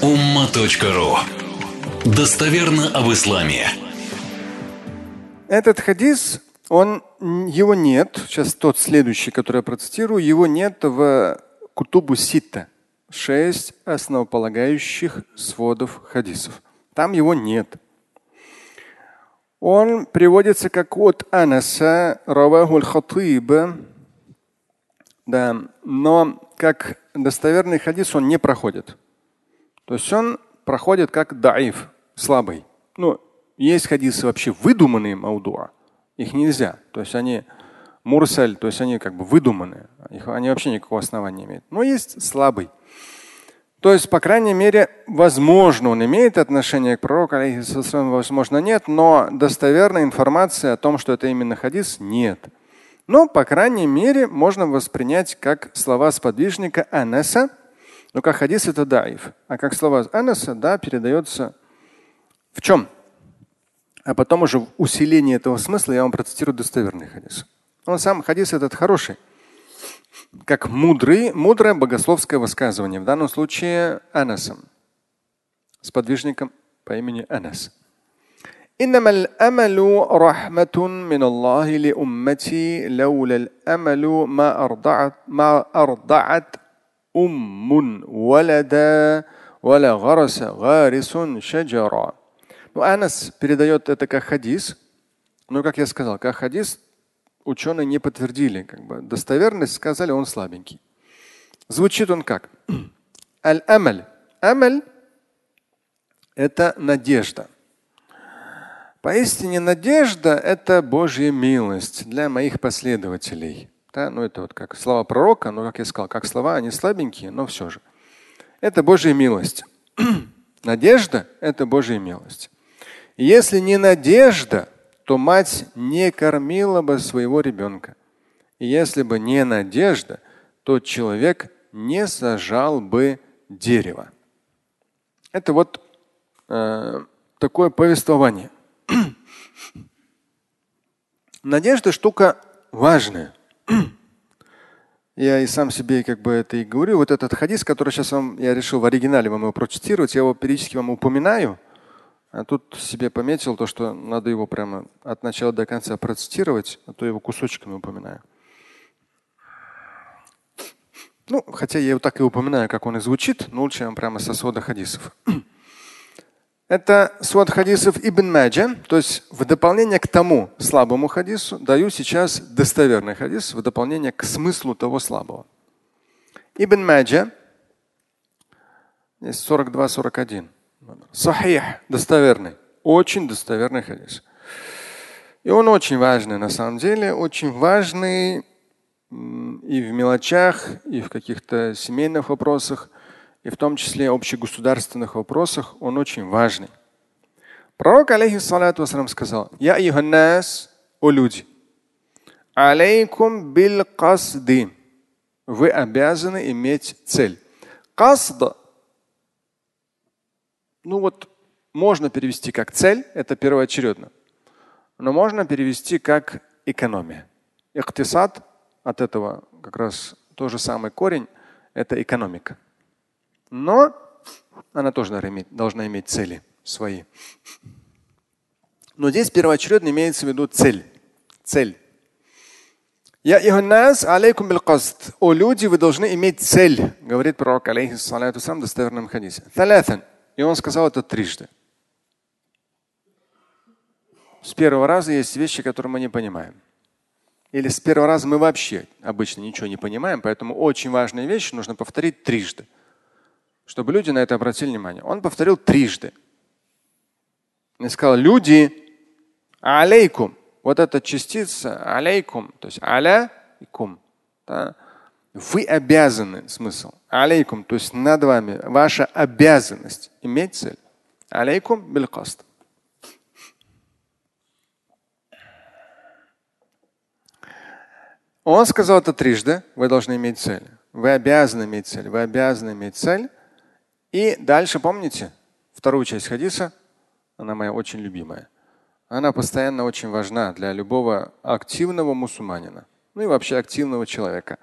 umma.ru. Достоверно об исламе. Этот хадис, его нет. Сейчас тот следующий, который я процитирую, его нет в кутубу ситта. 6 основополагающих сводов хадисов. Там его нет. Он приводится как от Анаса, раваху аль-Хатиб. Да, но как достоверный хадис он не проходит. То есть он проходит как даиф, слабый. Ну, есть хадисы вообще выдуманные маудуа. Их нельзя. То есть они мурсаль, то есть они как бы выдуманные. Они вообще никакого основания не имеют. Но есть слабый. То есть, по крайней мере, возможно, он имеет отношение к пророку, возможно, нет, но достоверной информации о том, что это именно хадис, нет. Но, по крайней мере, можно воспринять как слова сподвижника Анаса, но как хадис это даиф. А как слова Анаса, да, передается в чем? А потом уже в усилении этого смысла я вам процитирую достоверный хадис. Он сам хадис этот хороший. Как мудрое богословское высказывание. В данном случае Анасом. Сподвижником по имени Анас. إنما الأمل رحمة من الله لأمتي لولا الأمل ما أرضعت ولدا ولا غارس شجرا. Ну, Анас передает это как хадис. Но, как я сказал, как хадис ученые не подтвердили. Как бы достоверность сказали, он слабенький. Звучит он как? Аль-амаль. Амаль – это надежда. Поистине надежда – это Божья милость для моих последователей. Да? Ну, это вот как слова пророка, но, как я сказал, как слова, они слабенькие, но все же. Это Божья милость. Надежда – это Божья милость. И если не надежда, то мать не кормила бы своего ребенка. И если бы не надежда, то человек не сажал бы дерево. Это вот такое повествование. Надежда штука важная. Я и сам себе как бы это и говорю. Вот этот хадис, который сейчас я решил в оригинале вам его процитировать, я его периодически вам упоминаю. А тут себе пометил то, что надо его прямо от начала до конца процитировать, а то его кусочками упоминаю. Ну, хотя я его так и упоминаю, как он и звучит, но лучше я вам прямо со свода хадисов. Это свод хадисов Ибн Маджа, то есть в дополнение к тому слабому хадису даю сейчас достоверный хадис в дополнение к смыслу того слабого. Ибн Маджа, здесь 42-41. Сахих, достоверный, очень достоверный хадис. И он очень важный на самом деле, очень важный и в мелочах, и в каких-то семейных вопросах, и в том числе общегосударственных вопросах он очень важный. Пророк, алейхиссалату вассалям, сказал: «Я айюханнас, о люди, алейкум бил касди». Вы обязаны иметь цель. Касд, ну вот можно перевести как цель, это первоочередно. Но можно перевести как экономия. Иктисад, от этого как раз тот же самый корень, это экономика. Но она тоже должна иметь цели свои. Но здесь первоочередно имеется в виду цель. Цель. Я ихуннас алейкум бил касд. О люди, вы должны иметь цель, говорит пророк, алейхиссалату вассалям, в достоверном хадисе. И он сказал это трижды. С первого раза есть вещи, которые мы не понимаем. Или с первого раза мы вообще обычно ничего не понимаем, поэтому очень важные вещи нужно повторить трижды, чтобы люди на это обратили внимание. Он повторил трижды. И сказал: люди, алейкум. Вот эта частица алейкум, то есть аляйкум. Да? Вы обязаны, смысл. Алейкум, то есть над вами ваша обязанность иметь цель. Алейкум бил каст. Он сказал это трижды. Вы должны иметь цель. Вы обязаны иметь цель. Вы обязаны иметь цель. И дальше, помните, вторую часть хадиса, она моя очень любимая. Она постоянно очень важна для любого активного мусульманина. Ну и вообще активного человека.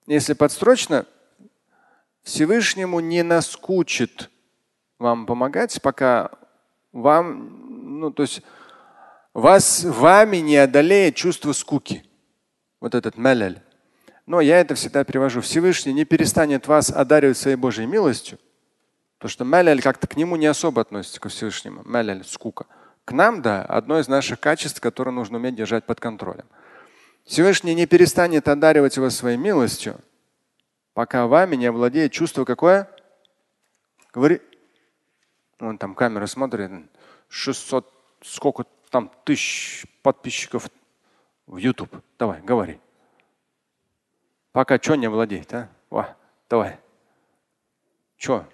Если подстрочно, Всевышнему не наскучит вам помогать, пока то есть вами не одолеет чувство скуки. Вот этот маляль. Но я это всегда привожу. Всевышний не перестанет вас одаривать своей Божьей милостью, потому что маляль как-то к нему не особо относится, ко Всевышнему. Маляль, скука. К нам, да, одно из наших качеств, которое нужно уметь держать под контролем. Всевышний не перестанет одаривать вас своей милостью, пока вами не овладеет чувство какое? Говори. Вон там камера смотрит. 600, сколько там тысяч подписчиков в YouTube. Давай, говори. Пока что не владеет, а? Давай. Что?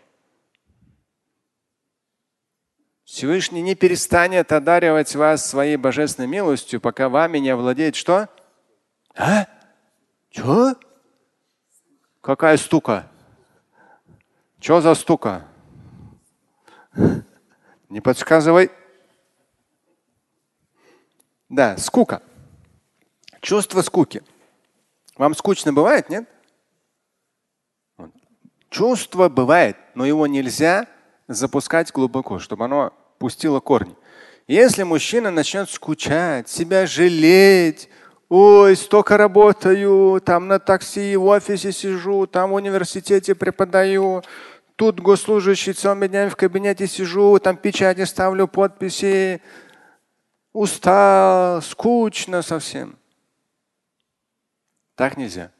Всевышний не перестанет одаривать вас своей божественной милостью, пока вами не овладеет что? А? Что? Какая стука? Что за стука? Не подсказывай. Да, скука. Чувство скуки. Вам скучно бывает, нет? Чувство бывает, но его нельзя запускать глубоко, чтобы оно пустило корни. Если мужчина начнет скучать, себя жалеть, ой, столько работаю, там на такси, в офисе сижу, там в университете преподаю, тут госслужащий целыми днями в кабинете сижу, там печати ставлю, подписи, устал, скучно совсем. Так нельзя.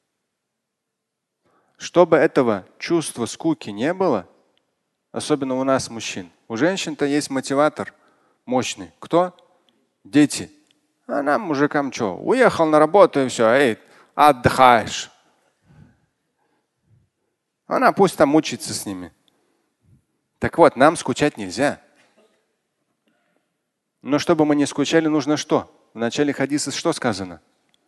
Чтобы этого чувства скуки не было, особенно у нас, мужчин. У женщин-то есть мотиватор мощный. Кто? Дети. А нам, мужикам, что? Уехал на работу и все. Эй, отдыхаешь. Она пусть там мучится с ними. Так вот, нам скучать нельзя. Но чтобы мы не скучали, нужно что? В начале хадиса что сказано?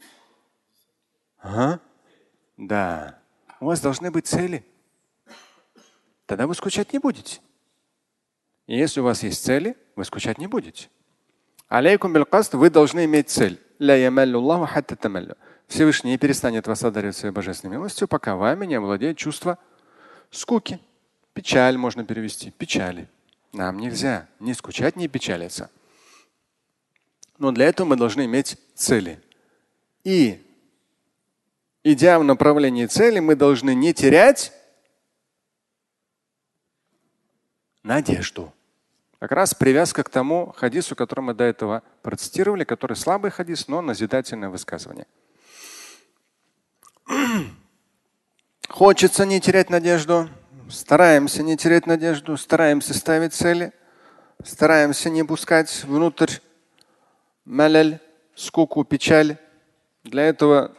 Ага. Да. У вас должны быть цели. Тогда вы скучать не будете. И если у вас есть цели, вы скучать не будете. Алейкум биль-каст, вы должны иметь цель. Всевышний не перестанет вас одаривать своей божественной милостью, пока вами не овладеет чувство скуки. Печаль можно перевести. Печали. Нам нельзя ни скучать, ни печалиться. Но для этого мы должны иметь цели. И идя в направлении цели, мы должны не терять надежду. Как раз привязка к тому хадису, который мы до этого процитировали, который слабый хадис, но назидательное высказывание. Хочется не терять надежду, стараемся не терять надежду, стараемся ставить цели, стараемся не пускать внутрь маляль, скуку, печаль. Для этого,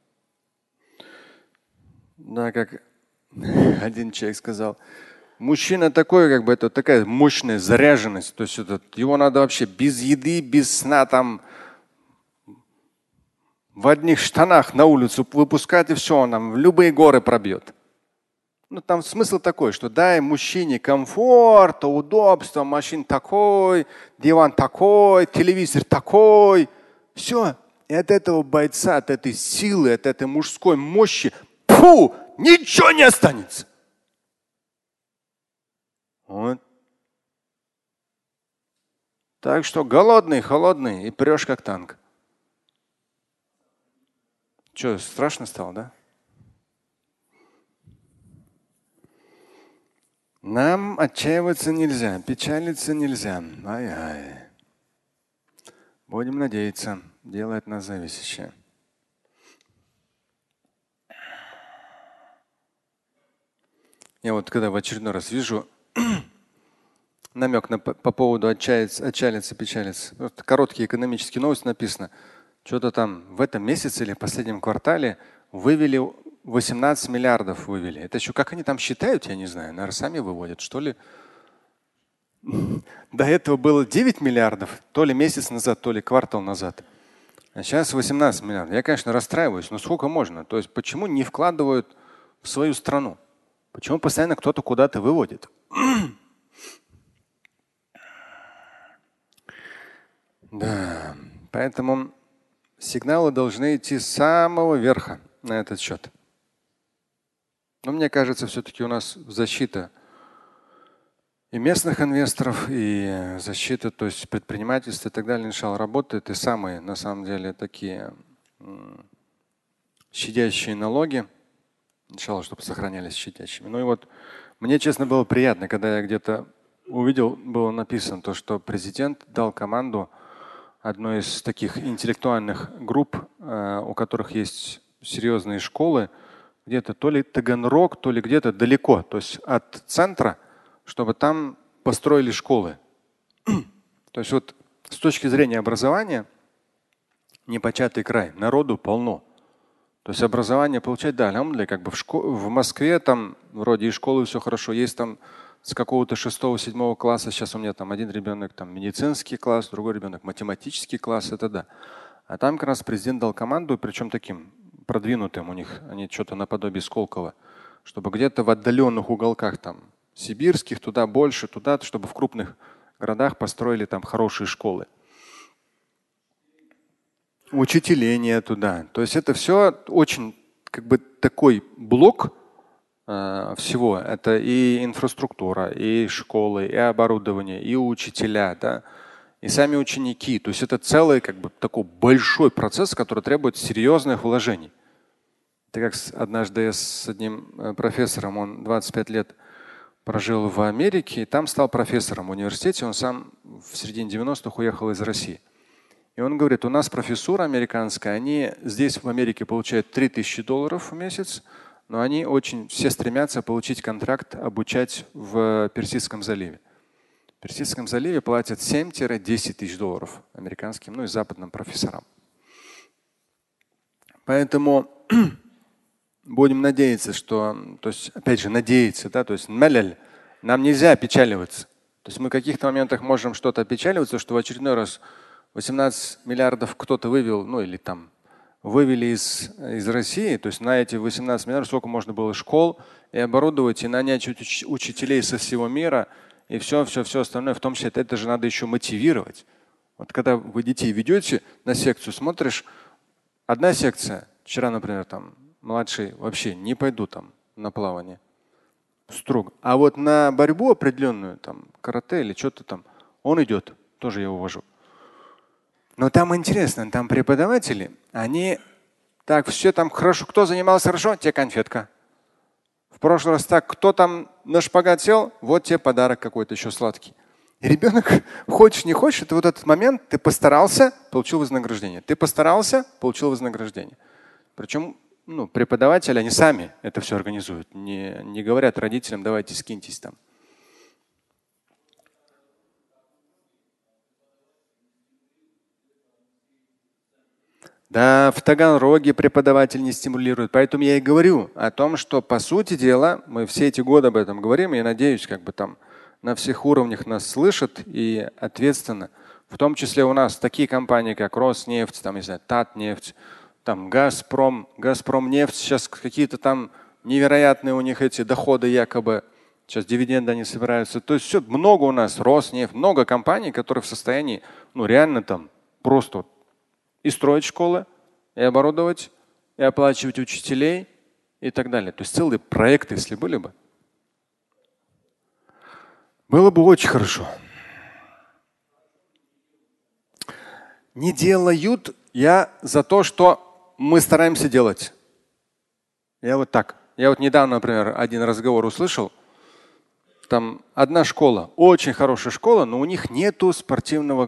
да, как один человек сказал, мужчина такой, это такая мощная заряженность. То есть его надо вообще без еды, без сна, там в одних штанах на улицу выпускать, и все, он там в любые горы пробьет. Там смысл такой, что дай мужчине комфорта, удобства, машин такой, диван такой, телевизор такой. Все. И от этого бойца, от этой силы, от этой мужской мощи, ничего не останется. Вот. Так что голодный, холодный и прешь как танк. Что, страшно стало, да? Нам отчаиваться нельзя, печалиться нельзя. Ай-ай. Будем надеяться, дело от нас зависящее. Я когда в очередной раз вижу намек по поводу отчалиться, печалиться. Короткие экономические новости написано. Что-то там в этом месяце или в последнем квартале вывели 18 миллиардов вывели. Это еще как они там считают, я не знаю. Наверное, сами выводят, что ли. До этого было 9 миллиардов, то ли месяц назад, то ли квартал назад. А сейчас 18 миллиардов. Я, конечно, расстраиваюсь, но сколько можно? То есть почему не вкладывают в свою страну? Почему постоянно кто-то куда-то выводит? Да, поэтому сигналы должны идти с самого верха на этот счет. Но мне кажется, все-таки у нас защита и местных инвесторов, и защита, то есть предпринимательства и так далее, иншалла, работает. И самые, на самом деле, такие щадящие налоги, иншалла, чтобы сохранялись щадящими. Ну и вот мне, честно, было приятно, когда я где-то увидел, было написано то, что президент дал команду одной из таких интеллектуальных групп, у которых есть серьезные школы, где-то то ли Таганрог, то ли где-то далеко, то есть от центра, чтобы там построили школы. То есть вот с точки зрения образования непочатый край, народу полно. То есть образование получать, да, алхамдулилля, как бы в Москве там вроде и школы все хорошо, есть там с какого-то 6-7 класса, сейчас у меня там один ребенок там медицинский класс, другой ребенок математический класс, это да. А там как раз президент дал команду, причем таким продвинутым у них, они что-то наподобие Сколково, чтобы где-то в отдаленных уголках там сибирских, туда больше, туда, чтобы в крупных городах построили там хорошие школы. Учителение туда. То есть это все очень как бы такой блок всего. Это и инфраструктура, и школы, и оборудование, и учителя, да, и сами ученики. То есть это целый как бы такой большой процесс, который требует серьезных вложений. Это как однажды я с одним профессором, он 25 лет прожил в Америке, и там стал профессором в университете. Он сам в середине 90-х уехал из России. И он говорит, у нас профессура американская, они здесь в Америке получают $3000 в месяц, но они очень все стремятся получить контракт обучать в Персидском заливе. В Персидском заливе платят 7-10 тысяч долларов американским, ну и западным профессорам. Поэтому будем надеяться, что, то есть, опять же, надеяться, да, то есть нам нельзя опечаливаться. То есть мы в каких-то моментах можем что-то опечаливаться, что в очередной раз 18 миллиардов кто-то вывел, ну или там вывели из России, то есть на эти 18 миллиардов сколько можно было школ и оборудовать, и нанять учителей со всего мира, и все остальное, в том числе это же надо еще мотивировать. Вот когда вы детей ведете на секцию, смотришь, одна секция, вчера, например, там младший вообще не пойду там на плавание. Строго. А вот на борьбу определенную, там, карате или что-то там, он идет, тоже я увожу. Но там интересно, там преподаватели, они так, все там хорошо, кто занимался хорошо, тебе конфетка. В прошлый раз так, кто там на шпагат сел, вот тебе подарок какой-то еще сладкий. И ребенок, хочешь не хочешь, это вот этот момент, ты постарался, получил вознаграждение. Ты постарался, получил вознаграждение. Причем преподаватели, они сами это все организуют. Не говорят родителям, давайте скиньтесь там. Да, в Таганроге преподаватель не стимулирует. Поэтому я и говорю о том, что по сути дела, мы все эти годы об этом говорим, и я надеюсь, как бы там на всех уровнях нас слышат и ответственно. В том числе у нас такие компании, как Роснефть, там, не знаю, Татнефть, там Газпром, Газпромнефть, сейчас какие-то там невероятные у них эти доходы якобы. Сейчас дивиденды они собираются. То есть все много у нас, Роснефть, много компаний, которые в состоянии, реально там просто и строить школы, и оборудовать, и оплачивать учителей и так далее. То есть целые проекты, если были бы. Было бы очень хорошо. Не делают, я за то, что мы стараемся делать. Я вот так. Я вот недавно, например, один разговор услышал. Там одна школа, очень хорошая школа, но у них нету спортивного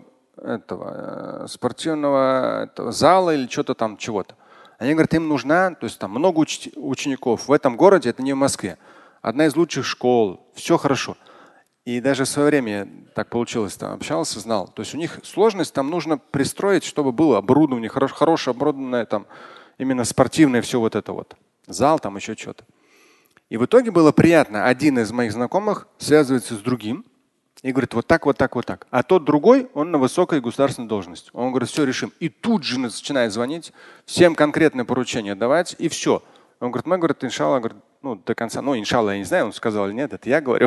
зала или что-то там чего-то. Они говорят, им нужна, то есть там много учеников в этом городе, это не в Москве. Одна из лучших школ, все хорошо. И даже в свое время я так получилось, там общался, знал. То есть у них сложность, там нужно пристроить, чтобы было оборудование, хорошее оборудованное, там именно спортивное, все вот это вот. Зал, там еще что-то. И в итоге было приятно. Один из моих знакомых связывается с другим и говорит, вот так, вот так, вот так. А тот другой, он на высокой государственной должности. Он говорит, все, решим. И тут же начинает звонить, всем конкретное поручение давать, и все. Он говорит, мы, говорит, иншалла, говорит, до конца, иншалла, я не знаю, он сказал или нет, это я говорю.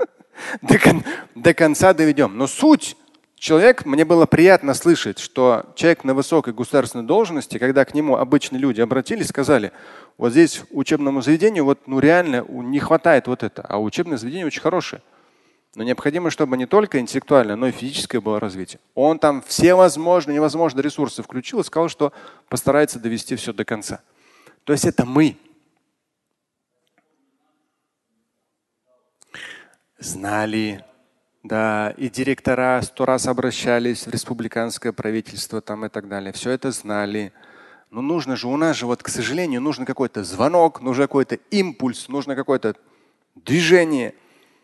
До конца доведем. Но суть, мне было приятно слышать, что человек на высокой государственной должности, когда к нему обычные люди обратились, сказали, Вот здесь учебному заведению реально не хватает вот это. А учебное заведение очень хорошее. Но необходимо, чтобы не только интеллектуальное, но и физическое было развитие. Он там все возможные, невозможные ресурсы включил и сказал, что постарается довести все до конца. То есть это мы. Знали. Да, и директора 100 раз обращались в республиканское правительство там и так далее. Все это знали. Но нужно же, у нас же к сожалению, нужен какой-то звонок, нужен какой-то импульс, нужно какое-то движение.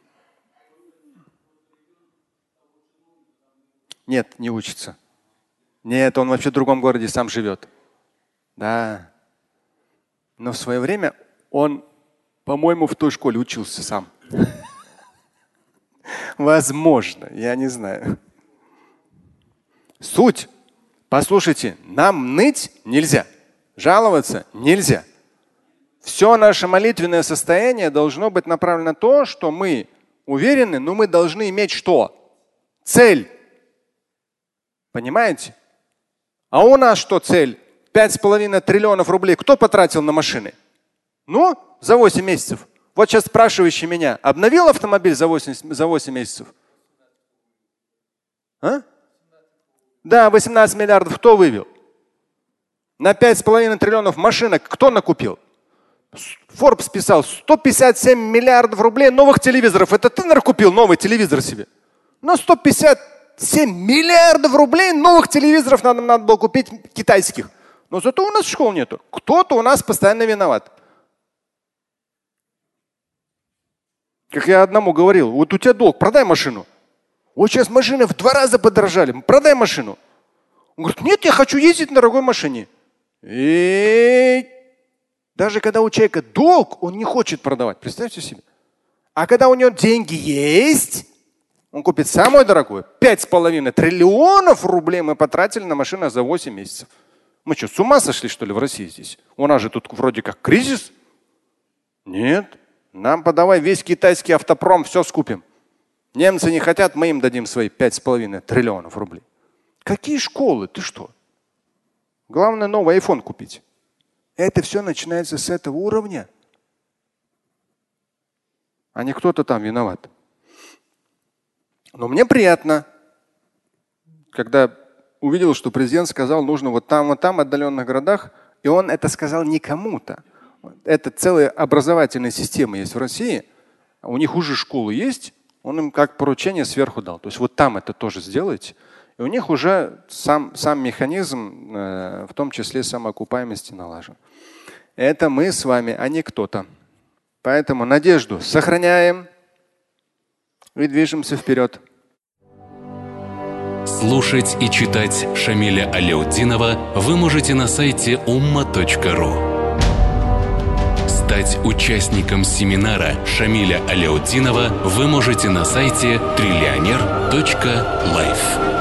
Нет, не учится. Нет, он вообще в другом городе сам живет. Да. Но в свое время он, по-моему, в той школе учился сам. Возможно, я не знаю. Суть. Послушайте, нам ныть нельзя, жаловаться нельзя. Все наше молитвенное состояние должно быть направлено на то, что мы уверены, но мы должны иметь что? Цель. Понимаете? А у нас что цель? 5,5 триллионов рублей кто потратил на машины? Ну, за 8 месяцев. Вот сейчас спрашивающий меня, обновил автомобиль за 8 месяцев? А? Да, 18 миллиардов кто вывел? На 5,5 триллионов машинок кто накупил? Forbes писал, 157 миллиардов рублей новых телевизоров. Это ты, наверное, купил новый телевизор себе? Но 157 миллиардов рублей новых телевизоров надо было купить китайских. Но зато у нас школ нету. Кто-то у нас постоянно виноват. Как я одному говорил, вот у тебя долг, продай машину. Вот сейчас машины в 2 раза подорожали, продай машину. Он говорит, нет, я хочу ездить на дорогой машине. И даже когда у человека долг, он не хочет продавать. Представьте себе. А когда у него деньги есть, он купит самое дорогое. 5,5 триллионов рублей мы потратили на машину за 8 месяцев. Мы что, с ума сошли, что ли, в России здесь? У нас же тут вроде как кризис. Нет. Нам подавай весь китайский автопром, все скупим. Немцы не хотят, мы им дадим свои 5,5 триллионов рублей. Какие школы? Ты что? Главное новый iPhone купить. Это все начинается с этого уровня. А не кто-то там виноват. Но мне приятно, когда увидел, что президент сказал, нужно вот там, в отдаленных городах, и он это сказал не кому-то. Это целая образовательная система есть в России. У них уже школы есть. Он им как поручение сверху дал. То есть вот там это тоже сделайте. И у них уже сам механизм, в том числе самоокупаемости, налажен. Это мы с вами, а не кто-то. Поэтому надежду сохраняем и движемся вперед. Слушать и читать Шамиля Аляутдинова вы можете на сайте umma.ru. Стать участником семинара Шамиля Аляутдинова вы можете на сайте trillioner.life.